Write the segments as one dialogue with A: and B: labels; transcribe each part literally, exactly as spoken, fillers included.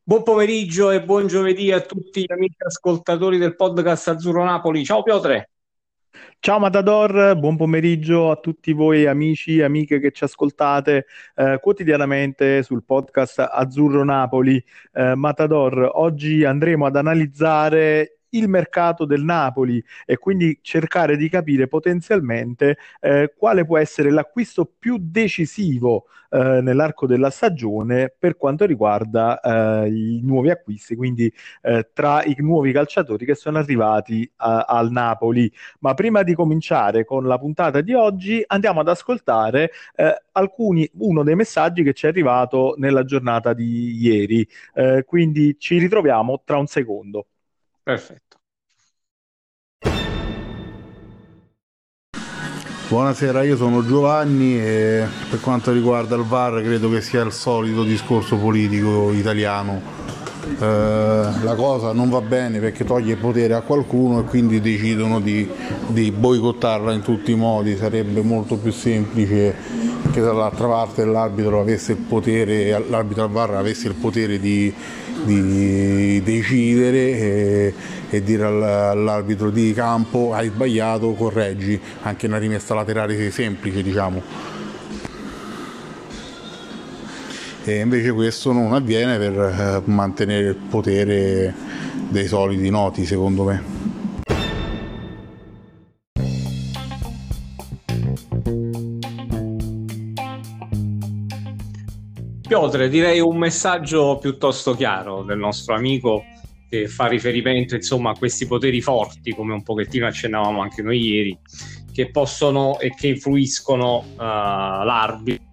A: Buon pomeriggio e buon giovedì a tutti gli amici ascoltatori del podcast Azzurro Napoli. Ciao Piotre.
B: Ciao Matador, buon pomeriggio a tutti voi amici e amiche che ci ascoltate eh, quotidianamente sul podcast Azzurro Napoli. Eh, Matador, oggi andremo ad analizzare il mercato del Napoli e quindi cercare di capire potenzialmente eh, quale può essere l'acquisto più decisivo eh, nell'arco della stagione per quanto riguarda eh, i nuovi acquisti, quindi eh, tra i nuovi calciatori che sono arrivati a- al Napoli. Ma prima di cominciare con la puntata di oggi, andiamo ad ascoltare eh, alcuni, uno dei messaggi che ci è arrivato nella giornata di ieri. Eh, quindi ci ritroviamo tra un secondo.
A: Perfetto.
C: Buonasera, io sono Giovanni e per quanto riguarda il V A R credo che sia il solito discorso politico italiano. Eh, la cosa non va bene perché toglie potere a qualcuno e quindi decidono di, di boicottarla in tutti i modi. Sarebbe molto più semplice che dall'altra parte l'arbitro avesse il potere, l'arbitro al V A R avesse il potere di, di decidere e, e dire all'arbitro di campo: hai sbagliato, correggi, anche una rimessa laterale semplice, diciamo. E invece questo non avviene per eh, mantenere il potere dei soliti noti, secondo me.
A: Piotre, direi un messaggio piuttosto chiaro del nostro amico che fa riferimento, insomma, a questi poteri forti, come un pochettino accennavamo anche noi ieri, che possono e che influiscono uh, l'arbitro,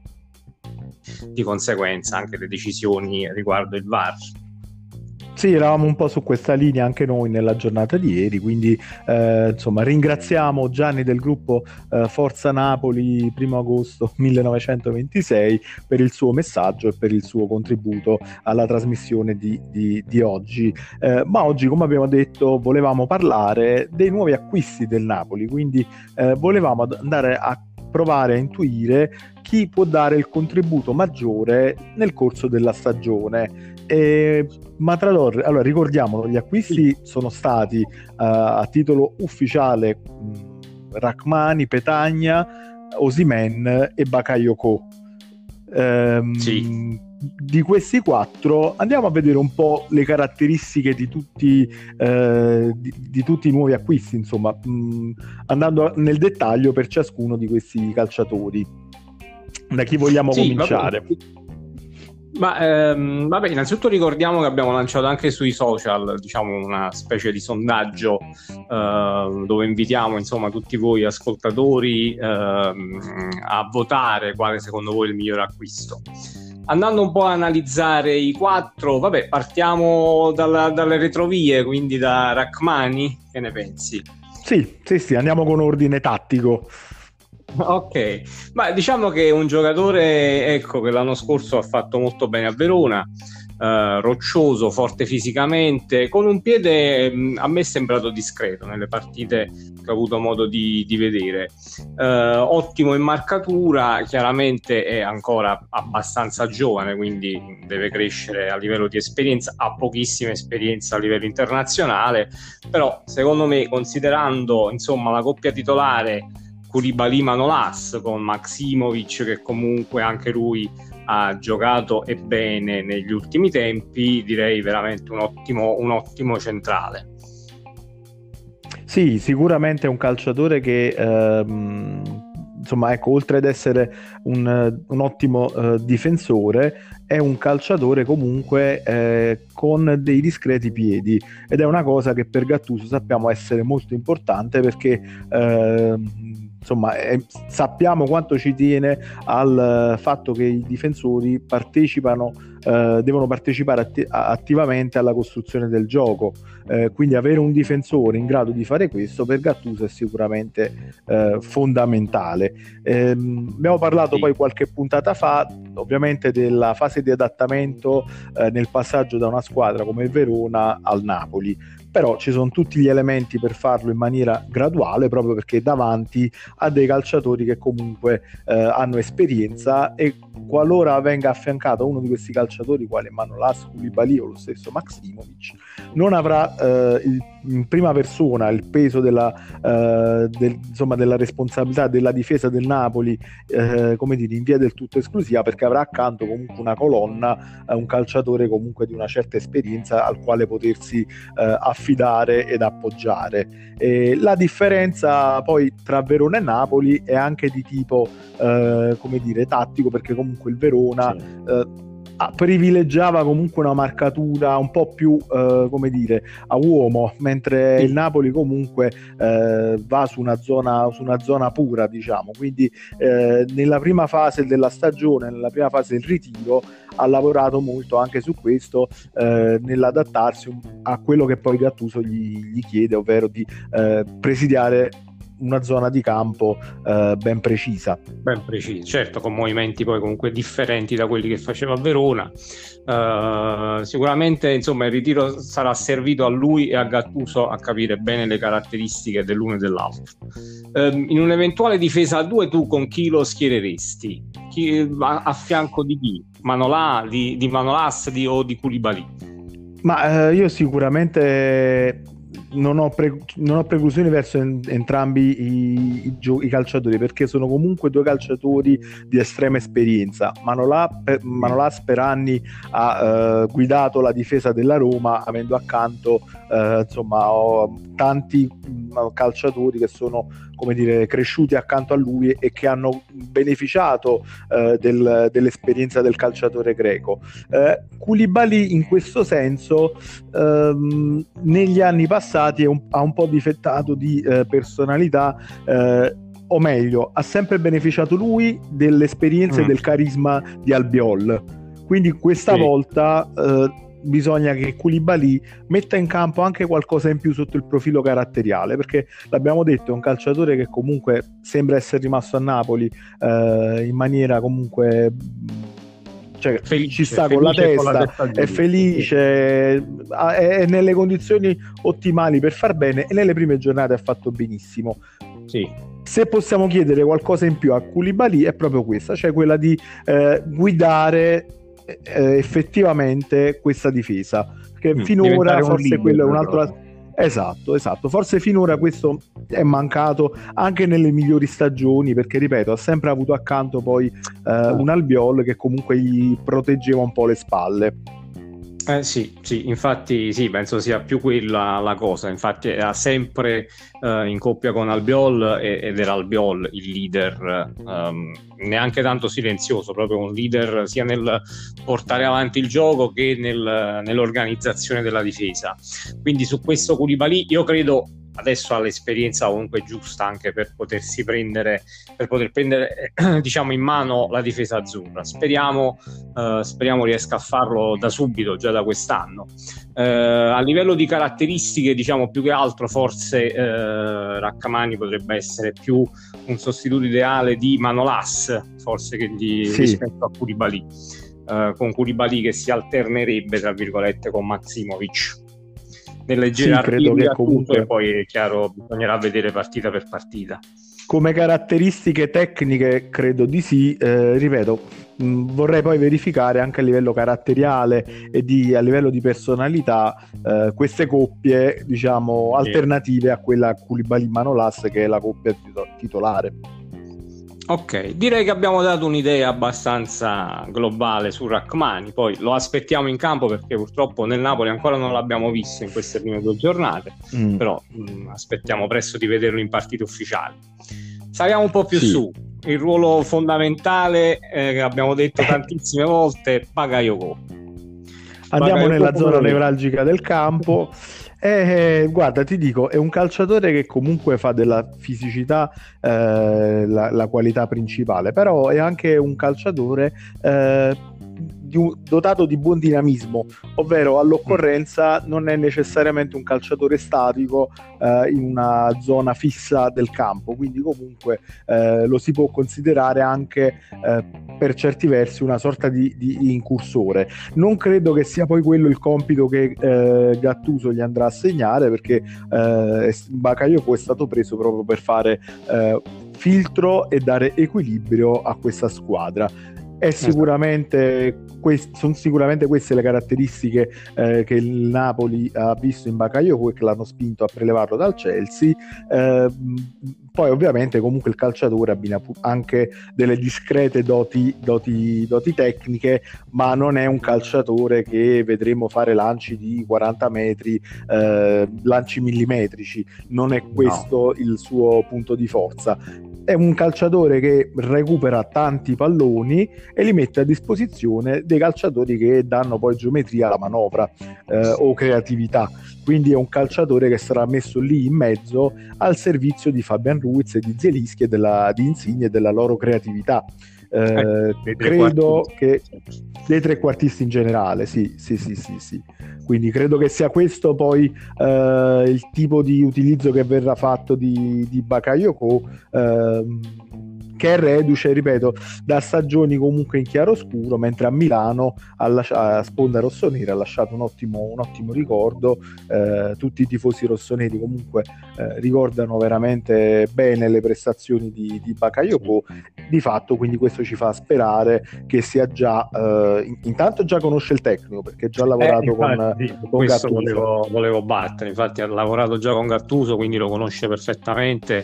A: di conseguenza anche le decisioni riguardo il V A R.
B: Sì, eravamo un po' su questa linea anche noi nella giornata di ieri, quindi eh, insomma ringraziamo Gianni del gruppo eh, Forza Napoli primo agosto millenovecentoventisei per il suo messaggio e per il suo contributo alla trasmissione di, di, di oggi. Eh, ma oggi, come abbiamo detto, volevamo parlare dei nuovi acquisti del Napoli, quindi eh, volevamo andare a provare a intuire chi può dare il contributo maggiore nel corso della stagione. E Matador, allora ricordiamolo, gli acquisti sono stati uh, a titolo ufficiale mh, Rachmani, Petagna, Osimhen e Bakayoko.
A: Sì.
B: Um, di questi quattro andiamo a vedere un po' le caratteristiche di tutti, eh, di, di tutti i nuovi acquisti, insomma, mh, andando nel dettaglio per ciascuno di questi calciatori. Da chi vogliamo
A: Sì, vabbè.
B: cominciare?
A: Ma ehm, vabbè, innanzitutto ricordiamo che abbiamo lanciato anche sui social, diciamo, una specie di sondaggio eh, dove invitiamo, insomma, tutti voi ascoltatori ehm, a votare quale secondo voi è il migliore acquisto. Andando un po' a analizzare i quattro, vabbè, partiamo dalla, dalle retrovie, quindi da Rachmani, che ne pensi?
B: Sì, sì, sì, andiamo con ordine tattico.
A: Ok, ma diciamo che è un giocatore, ecco, che l'anno scorso ha fatto molto bene a Verona, eh, roccioso, forte fisicamente, con un piede mh, a me è sembrato discreto nelle partite che ho avuto modo di, di vedere. Eh, ottimo in marcatura, chiaramente è ancora abbastanza giovane, quindi deve crescere a livello di esperienza, ha pochissima esperienza a livello internazionale, però secondo me, considerando insomma la coppia titolare Koulibaly Manolas con Maximovic, che comunque anche lui ha giocato e bene negli ultimi tempi, direi veramente un ottimo, un ottimo centrale.
B: Sì, sicuramente è un calciatore che ehm, insomma, ecco, oltre ad essere un, un ottimo eh, difensore, è un calciatore comunque eh, con dei discreti piedi, ed è una cosa che per Gattuso sappiamo essere molto importante perché ehm, insomma, è, sappiamo quanto ci tiene al fatto che i difensori partecipano, eh, devono partecipare atti- attivamente alla costruzione del gioco. Eh, quindi avere un difensore in grado di fare questo per Gattuso è sicuramente eh, fondamentale. Eh, abbiamo parlato
A: Sì.
B: poi qualche puntata fa ovviamente della fase di adattamento eh, nel passaggio da una squadra come il Verona al Napoli. però ci sono tutti gli elementi per farlo in maniera graduale, proprio perché davanti a dei calciatori che comunque eh, hanno esperienza, e qualora venga affiancato uno di questi calciatori quale Manolas, Koulibaly o lo stesso Maksimovic, non avrà eh, il, in prima persona il peso della, eh, del, insomma, della responsabilità della difesa del Napoli eh, come dire, in via del tutto esclusiva, perché avrà accanto comunque una colonna, eh, un calciatore comunque di una certa esperienza al quale potersi eh, affidare ed appoggiare. E la differenza poi tra Verona e Napoli è anche di tipo eh, come dire tattico, perché comunque il Verona sì. eh, privilegiava comunque una marcatura un po' più eh, come dire a uomo, mentre sì. il Napoli comunque eh, va su una zona su una zona pura, diciamo, quindi eh, nella prima fase della stagione, nella prima fase del ritiro, ha lavorato molto anche su questo, eh, nell'adattarsi a quello che poi Gattuso gli, gli chiede, ovvero di eh, presidiare una zona di campo eh, ben precisa.
A: Ben precisa, certo, con movimenti poi comunque differenti da quelli che faceva a Verona. Uh, sicuramente insomma il ritiro sarà servito a lui e a Gattuso a capire bene le caratteristiche dell'uno e dell'altro. Uh, in un'eventuale difesa a due, tu con chi lo schiereresti? Chi, a, a fianco di chi? Manolas, di, di Manolas di, o di Koulibaly?
B: Ma eh, io sicuramente non ho, pre- non ho preclusioni verso en- entrambi i-, i-, gio- i calciatori, perché sono comunque due calciatori di estrema esperienza. Manolas per, Manolas per anni ha uh, guidato la difesa della Roma, avendo accanto uh, insomma ho tanti uh, calciatori che sono, come dire, cresciuti accanto a lui e che hanno beneficiato uh, del, dell'esperienza del calciatore greco. Uh, Koulibaly in questo senso um, negli anni passati è un, ha un po' difettato di uh, personalità, uh, o meglio, ha sempre beneficiato lui dell'esperienza mm. e del carisma di Albiol. Quindi questa sì. volta uh, bisogna che Koulibaly metta in campo anche qualcosa in più sotto il profilo caratteriale, perché l'abbiamo detto, è un calciatore che comunque sembra essere rimasto a Napoli eh, in maniera comunque, cioè, felice, ci sta con la testa, con la testa è felice, sì. è, è nelle condizioni ottimali per far bene, e nelle prime giornate ha fatto benissimo.
A: Sì.
B: Se possiamo chiedere qualcosa in più a Koulibaly è proprio questa, cioè quella di eh, guidare Eh, effettivamente questa difesa, che mm, finora forse quello è un altro però. esatto, esatto forse finora questo è mancato anche nelle migliori stagioni, perché ripeto, ha sempre avuto accanto poi eh, un Albiol che comunque gli proteggeva un po' le spalle.
A: Eh, sì, sì, infatti sì, penso sia più quella la cosa. Infatti era sempre uh, in coppia con Albiol, e, ed era Albiol il leader, um, neanche tanto silenzioso, proprio un leader sia nel portare avanti il gioco che nel, nell'organizzazione della difesa. Quindi su questo Koulibaly io credo adesso ha l'esperienza comunque giusta anche per potersi prendere, per poter prendere eh, diciamo in mano la difesa azzurra. Speriamo, eh, speriamo riesca a farlo da subito, già da quest'anno. Eh, a livello di caratteristiche, diciamo più che altro forse eh, Rrahmani potrebbe essere più un sostituto ideale di Manolas, forse, che di, sì. rispetto a Koulibaly, eh, con Koulibaly che si alternerebbe tra virgolette con Maksimovic nelle gerarchie, sì, comunque, e poi è chiaro, bisognerà vedere partita per partita.
B: Come caratteristiche tecniche credo di sì, eh, ripeto, mh, vorrei poi verificare anche a livello caratteriale e di, a livello di personalità eh, queste coppie, diciamo, sì. alternative a quella Koulibaly-Manolas, che è la coppia titolare.
A: Ok, direi che abbiamo dato un'idea abbastanza globale su Rrahmani, poi lo aspettiamo in campo perché purtroppo nel Napoli ancora non l'abbiamo visto in queste prime due giornate, mm. però mh, aspettiamo presto di vederlo in partite ufficiali. Saliamo un po' più sì. su, il ruolo fondamentale eh, che abbiamo detto tantissime volte, Bakayoko.
B: Andiamo Bakayoko nella zona nevralgica del campo. Eh, guarda, ti dico, è un calciatore che comunque fa della fisicità eh, la, la qualità principale, però è anche un calciatore eh, di un, dotato di buon dinamismo, ovvero all'occorrenza non è necessariamente un calciatore statico eh, in una zona fissa del campo, quindi comunque eh, lo si può considerare anche eh, per certi versi una sorta di, di incursore. Non credo che sia poi quello il compito che eh, Gattuso gli andrà a assegnare, perché eh, Bakayoko è stato preso proprio per fare eh, filtro e dare equilibrio a questa squadra. È sicuramente quest- sono sicuramente queste le caratteristiche eh, che il Napoli ha visto in Bakayoko e che l'hanno spinto a prelevarlo dal Chelsea. Eh, poi ovviamente comunque il calciatore abbina anche delle discrete doti, doti, doti tecniche, ma non è un calciatore che vedremo fare lanci di quaranta metri, eh, lanci millimetrici. Non è questo no. il suo punto di forza. È un calciatore che recupera tanti palloni e li mette a disposizione dei calciatori che danno poi geometria alla manovra eh, o creatività. Quindi è un calciatore che sarà messo lì in mezzo al servizio di Fabian Ruiz e di Zielinski e della, di Insigne e della loro creatività. Eh, eh, credo che dei trequartisti in generale, sì, sì, sì, sì, sì. Quindi credo che sia questo poi eh, il tipo di utilizzo che verrà fatto di, di Bakayoko, eh, che è reduce, ripeto, da stagioni comunque in chiaroscuro, mentre a Milano a, lasci- a sponda rossonera ha lasciato un ottimo, un ottimo ricordo. Eh, tutti i tifosi rossoneri comunque eh, ricordano veramente bene le prestazioni di, di Bakayoko. Di fatto quindi questo ci fa sperare che sia già eh, intanto già conosce il tecnico, perché già ha lavorato eh, infatti, con, con
A: questo
B: Gattuso.
A: Volevo, volevo battere, infatti ha lavorato già con Gattuso, quindi lo conosce perfettamente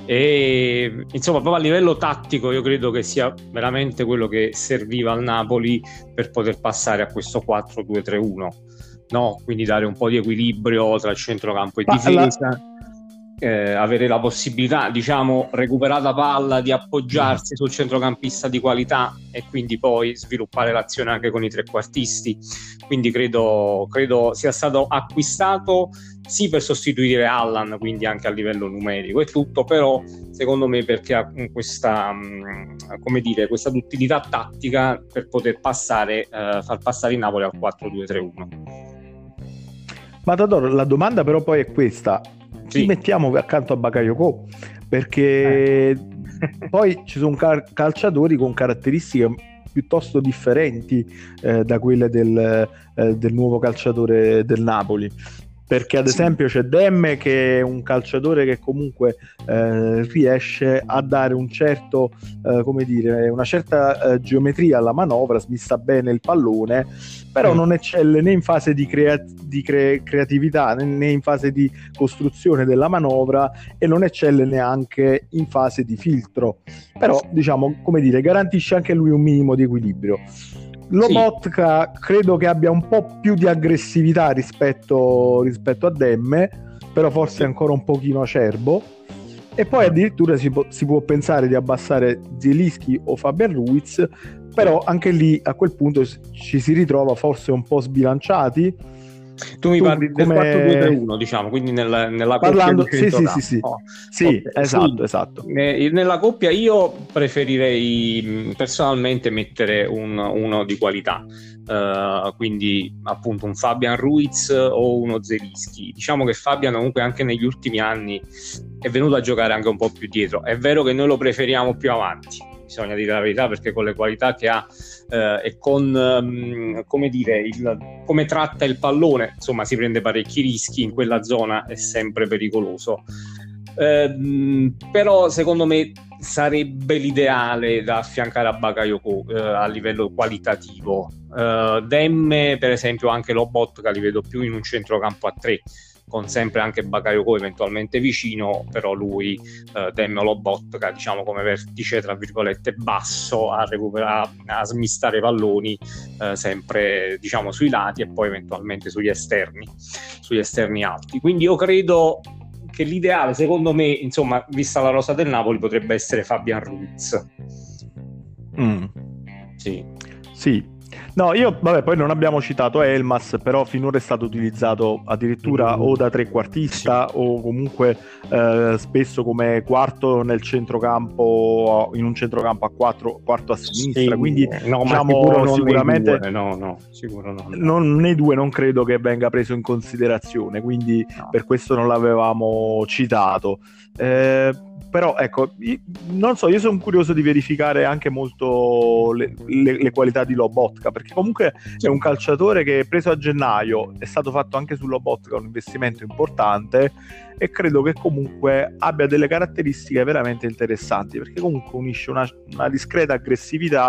A: e insomma proprio a livello tattico io credo che sia veramente quello che serviva al Napoli per poter passare a questo quattro due tre uno, no? Quindi dare un po' di equilibrio tra centrocampo e difesa. La... Eh, avere la possibilità, diciamo, recuperata palla, di appoggiarsi mm. sul centrocampista di qualità e quindi poi sviluppare l'azione anche con i trequartisti. Quindi credo, credo sia stato acquistato sì per sostituire Allan, quindi anche a livello numerico e tutto, però secondo me perché ha questa, come dire, questa duttilità tattica per poter passare, eh, far passare il Napoli al quattro due tre uno.
B: Matador, la domanda però poi è questa: sì. Chi mettiamo accanto a Bakayoko? Perché eh. poi ci sono cal- calciatori con caratteristiche piuttosto differenti eh, da quelle del, eh, del nuovo calciatore del Napoli. Perché ad esempio c'è Demme, che è un calciatore che comunque eh, riesce a dare un certo, eh, come dire, una certa eh, geometria alla manovra, smista bene il pallone, però mm. non eccelle né in fase di, crea- di cre- creatività né in fase di costruzione della manovra e non eccelle neanche in fase di filtro, però diciamo, come dire, garantisce anche lui un minimo di equilibrio. Lobotka sì. credo che abbia un po' più di aggressività rispetto, rispetto a Demme, però forse è ancora un pochino acerbo, e poi addirittura si, po- si può pensare di abbassare Zielinski o Fabian Ruiz, però anche lì a quel punto ci si ritrova forse un po' sbilanciati.
A: Tu mi tu parli come... del quattro due tre uno, diciamo, quindi nella, nella
B: Parlando...
A: coppia
B: di sì, sì, sì, sì.
A: Oh.
B: sì okay. esatto, sì. esatto.
A: Nella coppia io preferirei personalmente mettere un, uno di qualità, uh, quindi appunto un Fabian Ruiz o uno Zielinski. Diciamo che Fabian comunque anche negli ultimi anni è venuto a giocare anche un po' più dietro. È vero che noi lo preferiamo più avanti, bisogna dire la verità, perché con le qualità che ha eh, e con um, come dire il, come tratta il pallone, insomma si prende parecchi rischi in quella zona, è sempre pericoloso, eh, però secondo me sarebbe l'ideale da affiancare a Bakayoko eh, a livello qualitativo. eh, Demme per esempio, anche Lobotka li vedo più in un centrocampo a tre, con sempre anche Bakayoko eventualmente vicino, però lui eh, Demme o Lobotka diciamo come vertice tra virgolette basso a recuperare, a smistare palloni eh, sempre diciamo sui lati e poi eventualmente sugli esterni sugli esterni alti. Quindi io credo che l'ideale, secondo me, insomma, vista la rosa del Napoli, potrebbe essere Fabian Ruiz.
B: Mm.
A: Sì.
B: Sì. No, io, vabbè, poi non abbiamo citato Elmas, però finora è stato utilizzato addirittura mm. o da trequartista sì. o comunque eh, spesso come quarto nel centrocampo, in un centrocampo a quattro, quarto a sinistra, sì. quindi
A: no,
B: diciamo
A: ma
B: sicuramente
A: due, no, no, sicuro no, no.
B: Non, nei due non credo che venga preso in considerazione, quindi no. per questo non l'avevamo citato. Eh, però ecco, io, non so, io sono curioso di verificare anche molto le, le, le qualità di Lobotka, perché comunque è un calciatore che è preso a gennaio, è stato fatto anche su Lobotka un investimento importante, e credo che comunque abbia delle caratteristiche veramente interessanti, perché comunque unisce una, una discreta aggressività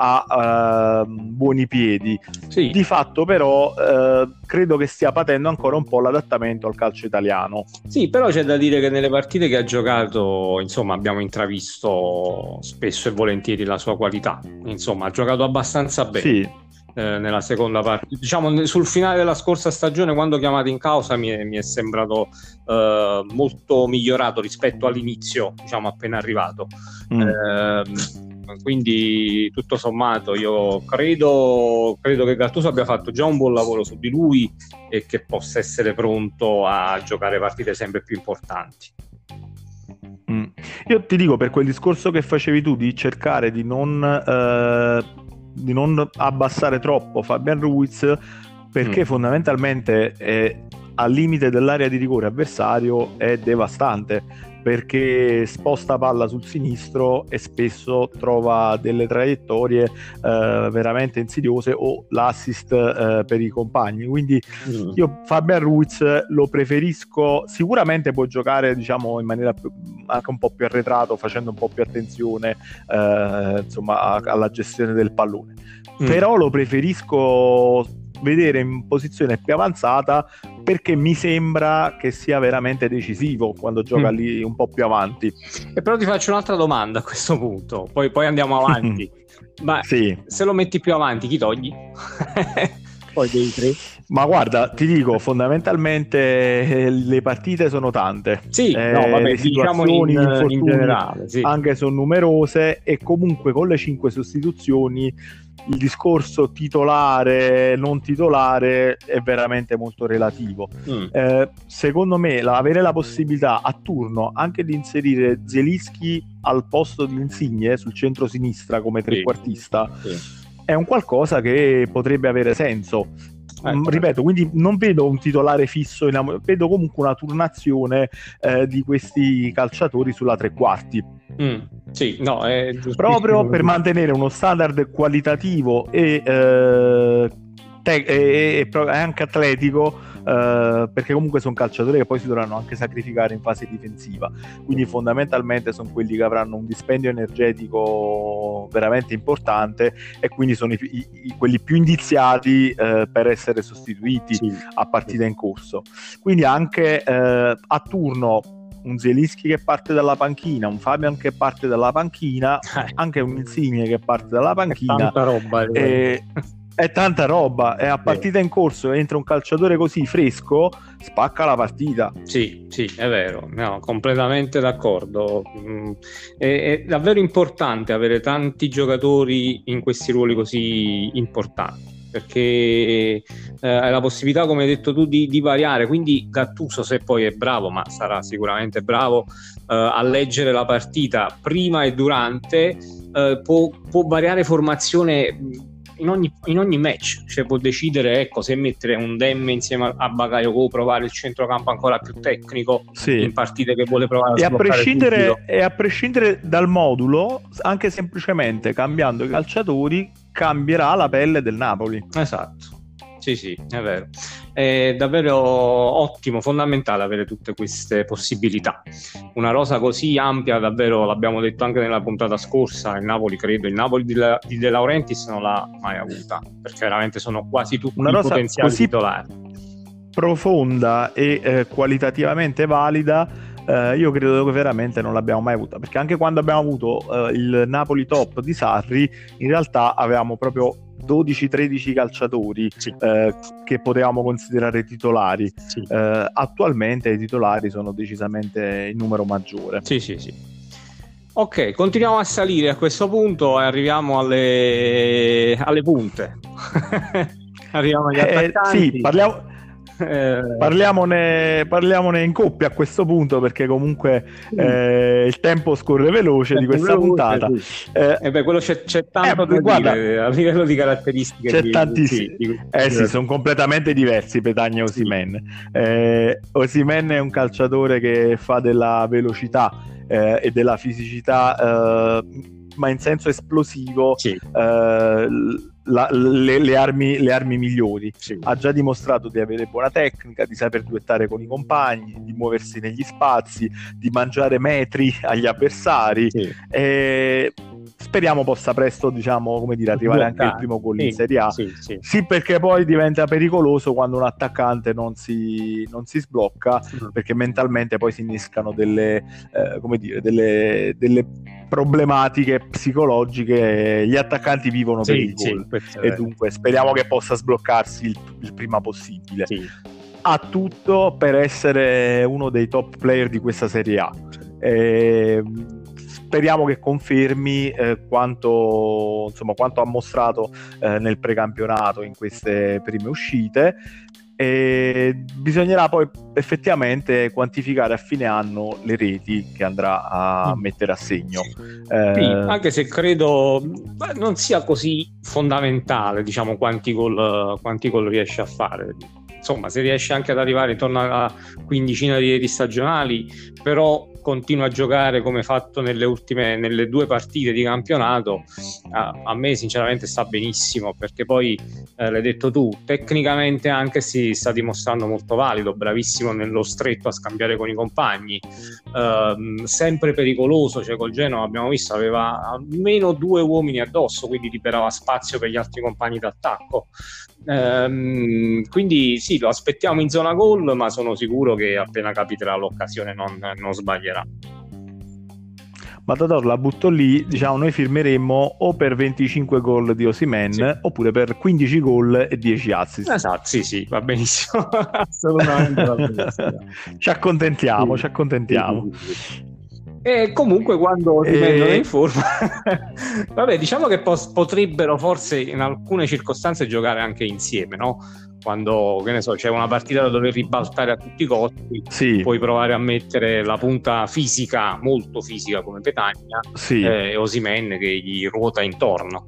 B: a uh, buoni piedi. Sì. Di fatto però uh, credo che stia patendo ancora un po' l'adattamento al calcio italiano.
A: Sì, però c'è da dire che nelle partite che ha giocato, insomma, abbiamo intravisto spesso e volentieri la sua qualità. Insomma, ha giocato abbastanza bene. Sì. Nella seconda parte, diciamo sul finale della scorsa stagione, quando chiamato in causa, mi è, mi è sembrato eh, molto migliorato rispetto all'inizio, diciamo appena arrivato. Mm. Eh, quindi tutto sommato io credo, credo che Gattuso abbia fatto già un buon lavoro su di lui e che possa essere pronto a giocare partite sempre più importanti.
B: Mm. Io ti dico, per quel discorso che facevi tu di cercare di non eh... di non abbassare troppo Fabian Ruiz, perché mm. fondamentalmente è al limite dell'area di rigore avversario, è devastante, perché sposta palla sul sinistro e spesso trova delle traiettorie eh, veramente insidiose, o l'assist eh, per i compagni. Quindi mm. io Fabian Ruiz lo preferisco, sicuramente può giocare, diciamo, in maniera più, anche un po' più arretrato, facendo un po' più attenzione eh, insomma a, alla gestione del pallone, mm. però lo preferisco vedere in posizione più avanzata, perché mi sembra che sia veramente decisivo quando gioca mm. lì un po' più avanti.
A: E però ti faccio un'altra domanda a questo punto, poi, poi andiamo avanti. Ma sì. Se lo metti più avanti, chi togli? Poi dei tre.
B: Ma guarda, ti dico, fondamentalmente eh, le partite sono tante.
A: Sì,
B: eh,
A: no, vabbè,
B: le situazioni
A: diciamo in,
B: in,
A: in generale, sì.
B: anche sono numerose, e comunque con le cinque sostituzioni il discorso titolare, non titolare è veramente molto relativo. Mm. Eh, secondo me la, avere la possibilità a turno anche di inserire Zielinski al posto di Insigne sul centro-sinistra come trequartista, sì. Sì. È un qualcosa che potrebbe avere senso. Ecco. Ripeto, quindi non vedo un titolare fisso, in, vedo comunque una turnazione eh, di questi calciatori sulla tre quarti.
A: Mm, sì, no, è
B: proprio per mantenere uno standard qualitativo e, eh, te- e, e, e anche atletico, eh, perché comunque sono calciatori che poi si dovranno anche sacrificare in fase difensiva, quindi fondamentalmente sono quelli che avranno un dispendio energetico veramente importante, e quindi sono i, i, quelli più indiziati eh, per essere sostituiti, sì, a partita in corso. Quindi anche eh, a turno un Zielinski che parte dalla panchina, un Fabian che parte dalla panchina, anche un Insigne che parte dalla panchina.
A: È tanta roba,
B: e, è tanta roba, e a partita in corso entra un calciatore così fresco, spacca la partita.
A: Sì, sì, è vero, no, completamente d'accordo. Mm, è, è davvero importante avere tanti giocatori in questi ruoli così importanti, perché eh, hai la possibilità, come hai detto tu, di, di variare. Quindi Gattuso, se poi è bravo, ma sarà sicuramente bravo eh, a leggere la partita prima e durante, eh, può, può variare formazione in ogni, in ogni match, cioè può decidere, ecco, se mettere un Demme insieme a Bakayoko, provare il centrocampo ancora più tecnico, sì, in partite che vuole provare
B: a, e a prescindere e a prescindere dal modulo, anche semplicemente cambiando i calciatori cambierà la pelle del Napoli.
A: Esatto, sì, sì, è vero. È davvero ottimo, fondamentale avere tutte queste possibilità. Una rosa così ampia, davvero, l'abbiamo detto anche nella puntata scorsa, il Napoli, credo, il Napoli di, La, di De Laurentiis non l'ha mai avuta, perché veramente sono quasi tutti
B: una rosa
A: potenziali
B: così
A: titolari.
B: Profonda e eh, qualitativamente valida, eh, io credo che veramente non l'abbiamo mai avuta, perché anche quando abbiamo avuto eh, il Napoli top di Sarri, in realtà avevamo proprio dodici tredici calciatori, sì, eh, che potevamo considerare titolari, sì. eh, attualmente i titolari sono decisamente in numero maggiore.
A: Sì, sì, sì. Ok, continuiamo a salire a questo punto e arriviamo alle, alle punte. Arriviamo agli attaccanti.
B: Eh, sì, parliamo... Eh... Parliamone, parliamone in coppia a questo punto, perché comunque mm. eh, il tempo scorre veloce tempo di questa veloce, puntata.
A: Sì. Eh, eh beh, quello c'è, c'è tanto eh, da guarda, dire a livello di caratteristiche.
B: C'è
A: di,
B: tantissimo. Sì, di, eh sì, sono completamente diversi Petagna e Osimhen. Sì. Eh, Osimhen è un calciatore che fa della velocità eh, e della fisicità, eh, ma in senso esplosivo,
A: sì.
B: eh, la, le, le, armi, le armi migliori.
A: Sì.
B: Ha già dimostrato di avere buona tecnica, di saper duettare con i compagni, di muoversi negli spazi, di mangiare metri agli avversari.
A: Sì.
B: E speriamo possa presto, diciamo, come dire, arrivare anche il primo gol
A: sì,
B: in Serie A.
A: Sì, sì.
B: Sì, perché poi diventa pericoloso quando un attaccante non si, non si sblocca,
A: mm.
B: perché mentalmente poi si innescano delle, eh, come dire, delle, delle problematiche psicologiche. Gli attaccanti vivono
A: sì,
B: per il
A: sì,
B: gol e dunque speriamo che possa sbloccarsi il, il prima possibile.
A: Sì.
B: Ha tutto per essere uno dei top player di questa Serie A. E speriamo che confermi eh, quanto, insomma, quanto ha mostrato eh, nel precampionato in queste prime uscite. E bisognerà poi effettivamente quantificare a fine anno le reti che andrà a mm. mettere a segno.
A: Eh, sì, anche se credo beh, non sia così fondamentale, diciamo, quanti gol, quanti gol riesce a fare. Insomma, se riesce anche ad arrivare intorno a quindicina di reti stagionali, però continua a giocare come fatto nelle ultime, nelle due partite di campionato, a, a me sinceramente sta benissimo, perché poi eh, l'hai detto tu, tecnicamente anche si sta dimostrando molto valido, bravissimo nello stretto a scambiare con i compagni, eh, sempre pericoloso, cioè col Genoa abbiamo visto aveva almeno due uomini addosso, quindi liberava spazio per gli altri compagni d'attacco. Um, quindi sì, lo aspettiamo in zona gol, ma sono sicuro che appena capiterà l'occasione non, non sbaglierà.
B: Matador, la butto lì, diciamo, noi firmeremmo o per venticinque gol di Osimhen, sì, oppure per quindici gol e dieci assist.
A: Esatto, sì, sì, va benissimo. Assolutamente va benissimo.
B: Ci accontentiamo,
A: sì,
B: ci accontentiamo.
A: Sì, sì, sì. E comunque quando si
B: e...
A: vengono in forma vabbè, diciamo che pos- potrebbero forse in alcune circostanze giocare anche insieme, no? Quando, che ne so, c'è una partita da dover ribaltare a tutti i costi,
B: sì,
A: puoi provare a mettere la punta fisica, molto fisica come Petagna,
B: sì,
A: e eh, Osimhen che gli ruota intorno.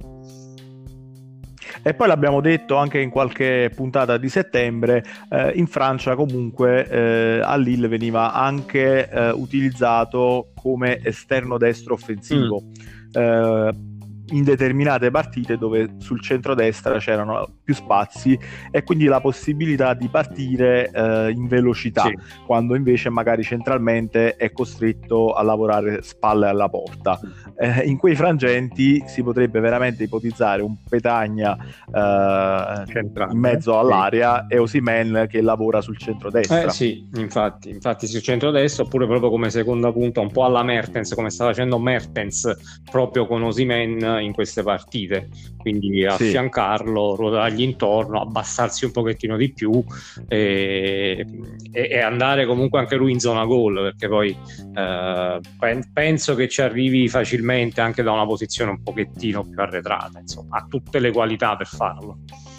B: E poi l'abbiamo detto anche in qualche puntata di settembre, eh, in Francia comunque eh, a Lille veniva anche eh, utilizzato come esterno destro offensivo. Mm. Eh, in determinate partite dove sul centrodestra c'erano più spazi e quindi la possibilità di partire eh, in velocità, sì, quando invece magari centralmente è costretto a lavorare spalle alla porta. Eh, in quei frangenti si potrebbe veramente ipotizzare un Petagna eh, in mezzo all'area, sì, e Osimhen che lavora sul centrodestra.
A: Eh sì, infatti, infatti sul centrodestra, oppure proprio come seconda punta, un po' alla Mertens, come sta facendo Mertens proprio con Osimhen in queste partite, quindi affiancarlo, sì, ruotargli intorno, abbassarsi un pochettino di più e, e, e andare comunque anche lui in zona gol, perché poi eh, penso che ci arrivi facilmente anche da una posizione un pochettino più arretrata, insomma, ha tutte le qualità per farlo.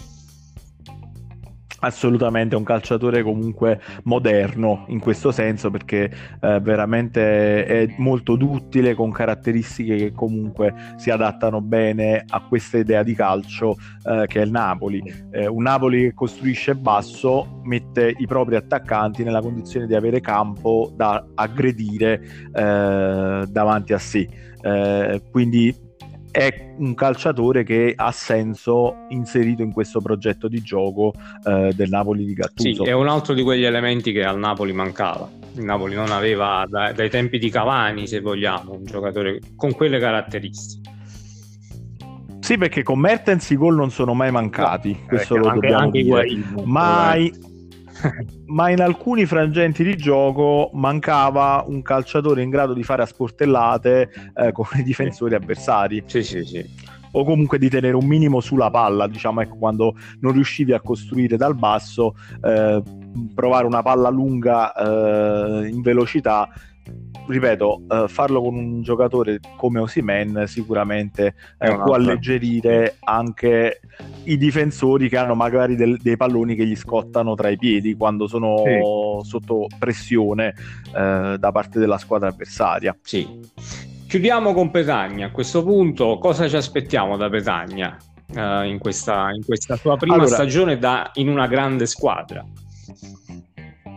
B: Assolutamente, un calciatore comunque moderno in questo senso, perché eh, veramente è molto duttile, con caratteristiche che comunque si adattano bene a questa idea di calcio eh, che è il Napoli. Eh, un Napoli che costruisce basso, mette i propri attaccanti nella condizione di avere campo da aggredire eh, davanti a sé. Eh, quindi è un calciatore che ha senso inserito in questo progetto di gioco eh, del Napoli di Gattuso.
A: Sì, è un altro di quegli elementi che al Napoli mancava. Il Napoli non aveva dai, dai tempi di Cavani, se vogliamo, un giocatore con quelle caratteristiche.
B: Sì, perché con Mertens i gol non sono mai mancati, no, questo lo
A: anche,
B: dobbiamo
A: anche
B: dire.
A: Higuain,
B: mai ma in alcuni frangenti di gioco mancava un calciatore in grado di fare a sportellate eh, con i difensori avversari.
A: Sì, sì, sì.
B: O comunque di tenere un minimo sulla palla, diciamo, ecco, quando non riuscivi a costruire dal basso, eh, provare una palla lunga eh, in velocità. Ripeto, eh, farlo con un giocatore come Osimhen sicuramente eh, può alleggerire anche i difensori che hanno magari del, dei palloni che gli scottano tra i piedi quando sono sì. sotto pressione eh, da parte della squadra avversaria.
A: Sì. Chiudiamo con Petagna. A questo punto cosa ci aspettiamo da Petagna eh, in, questa, in questa sua prima allora, stagione da, in una grande squadra?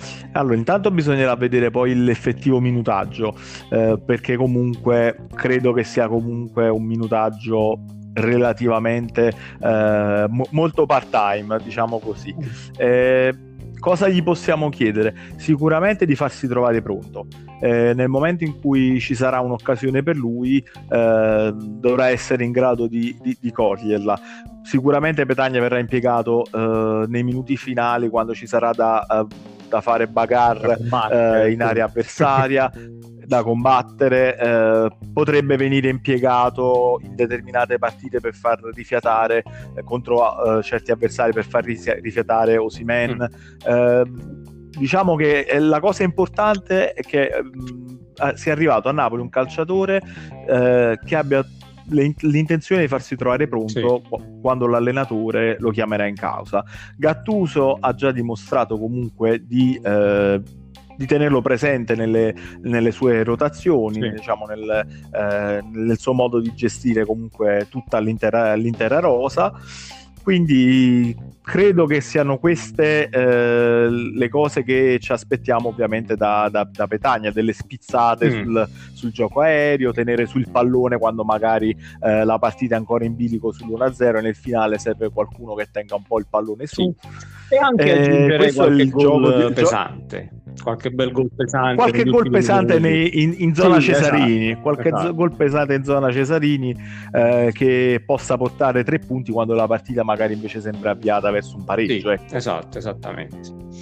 B: Allora, intanto bisognerà vedere poi l'effettivo minutaggio, eh, perché comunque credo che sia comunque un minutaggio relativamente eh, mo- molto part-time, diciamo così. Eh, cosa gli possiamo chiedere? Sicuramente di farsi trovare pronto. Eh, nel momento in cui ci sarà un'occasione per lui, eh, dovrà essere in grado di, di, di coglierla. Sicuramente Petagna verrà impiegato eh, nei minuti finali, quando ci sarà da, uh, da fare bagarre eh, in area avversaria, da combattere. Eh, potrebbe venire impiegato in determinate partite per far rifiatare eh, contro eh, certi avversari, per far rifiatare Osimhen. Mm. Eh, diciamo che la cosa importante è che mh, sia arrivato a Napoli un calciatore eh, che abbia l'intenzione di farsi trovare pronto, sì, quando l'allenatore lo chiamerà in causa. Gattuso ha già dimostrato comunque di, eh, di tenerlo presente nelle, nelle sue rotazioni, sì, diciamo nel, eh, nel suo modo di gestire comunque tutta l'intera, l'intera rosa. Quindi credo che siano queste eh, le cose che ci aspettiamo ovviamente da, da, da Petagna, delle spizzate mm. sul, sul gioco aereo, tenere sul pallone quando magari eh, la partita è ancora in bilico sull'uno a zero e nel finale serve qualcuno che tenga un po' il pallone su.
A: Sì. E anche eh, aggiungere qualche gol pesante, qualche bel gol pesante,
B: qualche gol pesante nei, in, in zona sì, Cesarini,
A: esatto,
B: qualche
A: esatto.
B: Z- gol pesante in zona Cesarini eh, che possa portare tre punti quando la partita magari invece sembra avviata verso un pareggio.
A: Sì,
B: ecco.
A: Esatto, esattamente.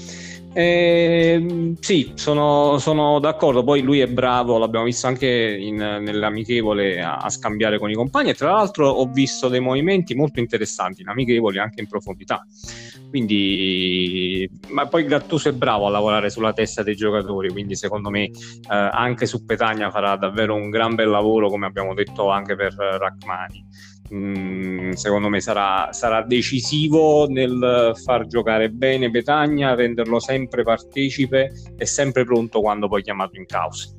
A: Eh, sì, sono, sono d'accordo. Poi lui è bravo, l'abbiamo visto anche in, nell'amichevole a, a scambiare con i compagni, e tra l'altro ho visto dei movimenti molto interessanti in amichevoli anche in profondità. Quindi, ma poi Gattuso è bravo a lavorare sulla testa dei giocatori, quindi secondo me eh, anche su Petagna farà davvero un gran bel lavoro, come abbiamo detto anche per Rachmani. Mm, secondo me sarà, sarà decisivo nel far giocare bene Petagna, renderlo sempre partecipe e sempre pronto quando poi chiamato in causa.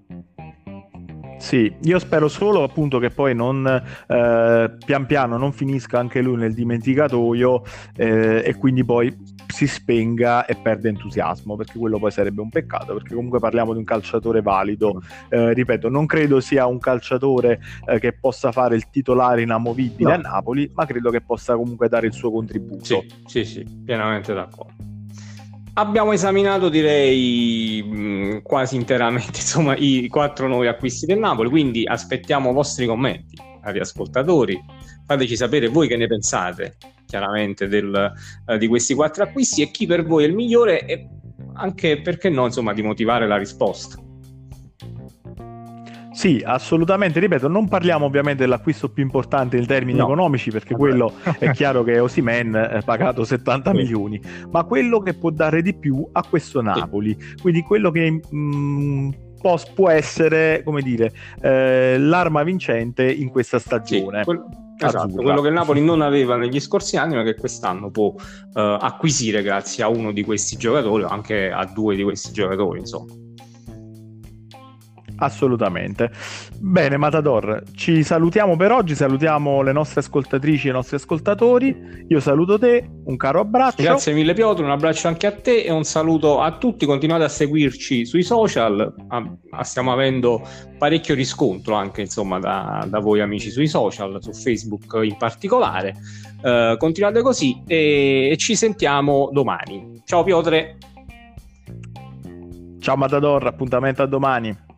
B: Sì, io spero solo appunto che poi non eh, pian piano non finisca anche lui nel dimenticatoio eh, e quindi poi si spenga e perde entusiasmo, perché quello poi sarebbe un peccato, perché comunque parliamo di un calciatore valido. Eh, ripeto, non credo sia un calciatore eh, che possa fare il titolare inamovibile, no, a Napoli, ma credo che possa comunque dare il suo contributo.
A: Sì, sì, sì, pienamente d'accordo. Abbiamo esaminato, direi, mh, quasi interamente, insomma, i quattro nuovi acquisti del Napoli, quindi aspettiamo vostri commenti, cari ascoltatori. Fateci sapere voi che ne pensate, chiaramente, del, uh, di questi quattro acquisti e chi per voi è il migliore, e anche, perché no, insomma, di motivare la risposta.
B: Sì, assolutamente, ripeto, non parliamo ovviamente dell'acquisto più importante in termini no. economici, perché quello è chiaro che Osimhen è pagato settanta sì. milioni, ma quello che può dare di più a questo Napoli, sì. quindi quello che mh, può, può essere, come dire, eh, l'arma vincente in questa stagione. Sì, quello...
A: Esatto, quello che il Napoli non aveva negli scorsi anni, ma che quest'anno può uh, acquisire grazie a uno di questi giocatori, o anche a due di questi giocatori, insomma.
B: Assolutamente. Bene, Matador, ci salutiamo per oggi, salutiamo le nostre ascoltatrici e i nostri ascoltatori. Io saluto te, un caro abbraccio.
A: Grazie mille Piotr, un abbraccio anche a te e un saluto a tutti. Continuate a seguirci sui social, ah, stiamo avendo parecchio riscontro anche, insomma, da, da voi amici sui social, su Facebook in particolare. Uh, continuate così e, e ci sentiamo domani. Ciao Piotr.
B: Ciao Matador, appuntamento a domani.